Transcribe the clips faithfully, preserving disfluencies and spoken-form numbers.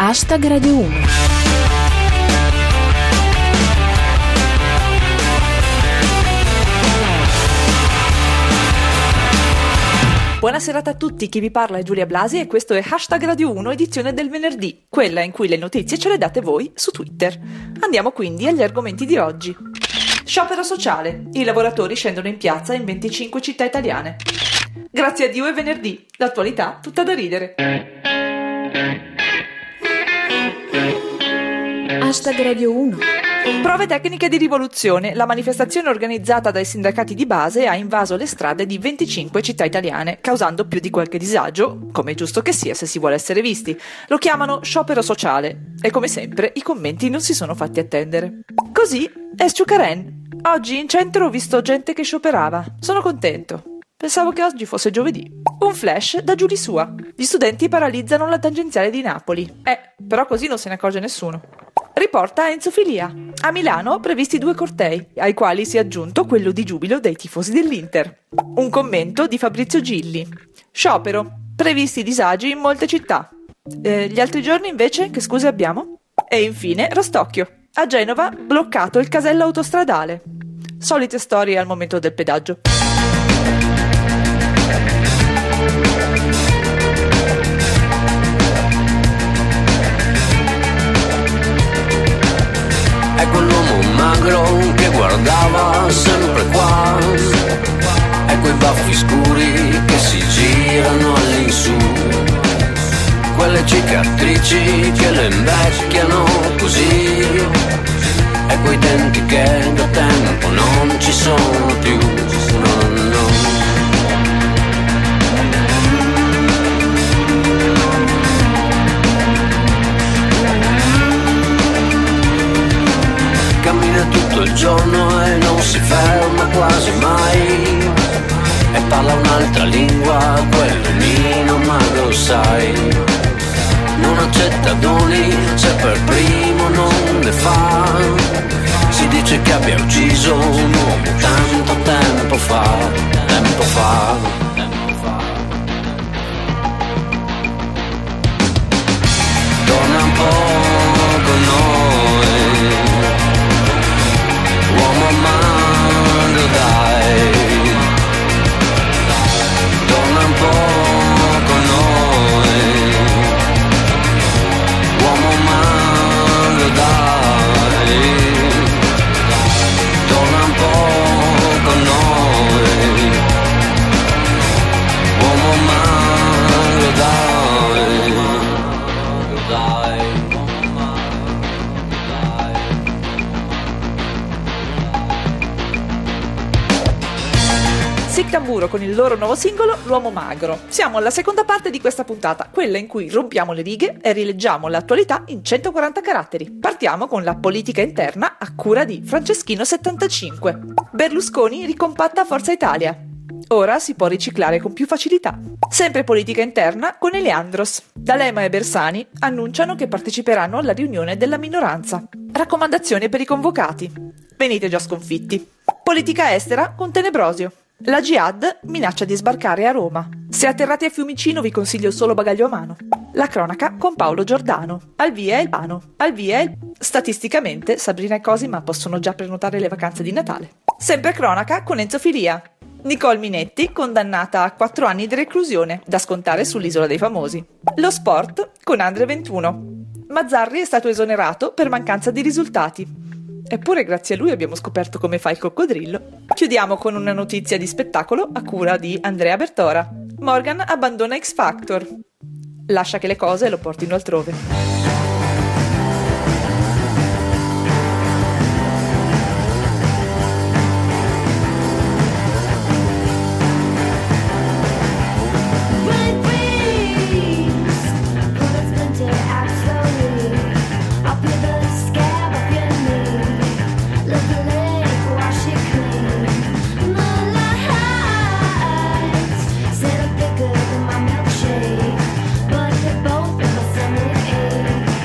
Hashtag Radio uno. Buonasera a tutti, chi vi parla è Giulia Blasi e questo è Hashtag Radio uno, edizione del venerdì, quella in cui le notizie ce le date voi su Twitter. Andiamo quindi agli argomenti di oggi. Sciopero sociale, i lavoratori scendono in piazza in venticinque città italiane. Grazie a Dio è venerdì, l'attualità tutta da ridere. Hashtag Radio uno. Prove tecniche di rivoluzione. La manifestazione organizzata dai sindacati di base ha invaso le strade di venticinque città italiane, causando più di qualche disagio, come è giusto che sia se si vuole essere visti. Lo chiamano sciopero sociale e come sempre i commenti non si sono fatti attendere. Così è Sciucaren. Oggi in centro ho visto gente che scioperava. Sono contento. Pensavo che oggi fosse giovedì. Un flash da giù di sua. Gli studenti paralizzano la tangenziale di Napoli. Eh, però così non se ne accorge nessuno. Riporta Enzo Filia. A Milano previsti due cortei, ai quali si è aggiunto quello di giubilo dei tifosi dell'Inter. Un commento di Fabrizio Gilli. Sciopero. Previsti disagi in molte città. Eh, gli altri giorni invece che scuse abbiamo? E infine Rostocchio. A Genova bloccato il casello autostradale. Solite storie al momento del pedaggio. È quell'uomo magro che guardava sempre qua, è quei baffi scuri che si girano all'insù, quelle cicatrici che le invecchiano così, è quei denti che da tempo non ci sono più, no, no. Cammina tutto il giorno e non si ferma quasi mai, e parla un'altra lingua, quell'omino magro sai, non accetta doni se per primo non ne fa, si dice che abbia ucciso un uomo tanto tempo fa, tempo fa, tempo fa. Torna un po' con noi, uomo magro dai, torna un po' con noi, uomo magro dai, torna un po' con noi, uomo magro dai, dai. Sic Tamburo con il loro nuovo singolo L'uomo magro. Siamo alla seconda parte di questa puntata, quella in cui rompiamo le righe e rileggiamo l'attualità in centoquaranta caratteri. Partiamo con la politica interna a cura di Franceschino settantacinque. Berlusconi ricompatta Forza Italia. Ora si può riciclare con più facilità. Sempre politica interna con Eleandros. D'Alema e Bersani annunciano che parteciperanno alla riunione della minoranza. Raccomandazione per i convocati. Venite già sconfitti. Politica estera con Tenebrosio. La Jihad minaccia di sbarcare a Roma. Se atterrate a Fiumicino vi consiglio solo bagaglio a mano. La cronaca con Paolo Giordano. Al via il pano. Al via il... Statisticamente Sabrina e Cosima possono già prenotare le vacanze di Natale. Sempre cronaca con Enzo Filia. Nicole Minetti condannata a quattro anni di reclusione da scontare sull'Isola dei Famosi. Lo sport con Andre ventuno. Mazzarri è stato esonerato per mancanza di risultati. Eppure grazie a lui abbiamo scoperto come fa il coccodrillo. Chiudiamo con una notizia di spettacolo a cura di Andrea Bertora. Morgan abbandona X Factor. Lascia che le cose lo portino altrove. But they're both in the stomach ache.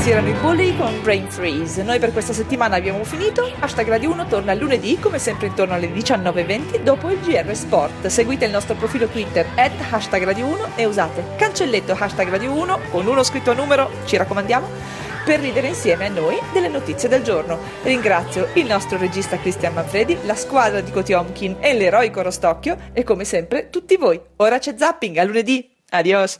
Questi erano i Bully con Brain Freeze. Noi per questa settimana abbiamo finito. Hashtag Radio uno torna lunedì, come sempre intorno alle diciannove e venti, dopo il G R Sport. Seguite il nostro profilo Twitter at hashtag Radio uno e usate cancelletto hashtag Radio uno con uno scritto a numero, ci raccomandiamo, per ridere insieme a noi delle notizie del giorno. Ringrazio il nostro regista Cristian Manfredi, la squadra di Kotiomkin e l'eroico Rostocchio e come sempre tutti voi. Ora c'è zapping, a lunedì. Adios.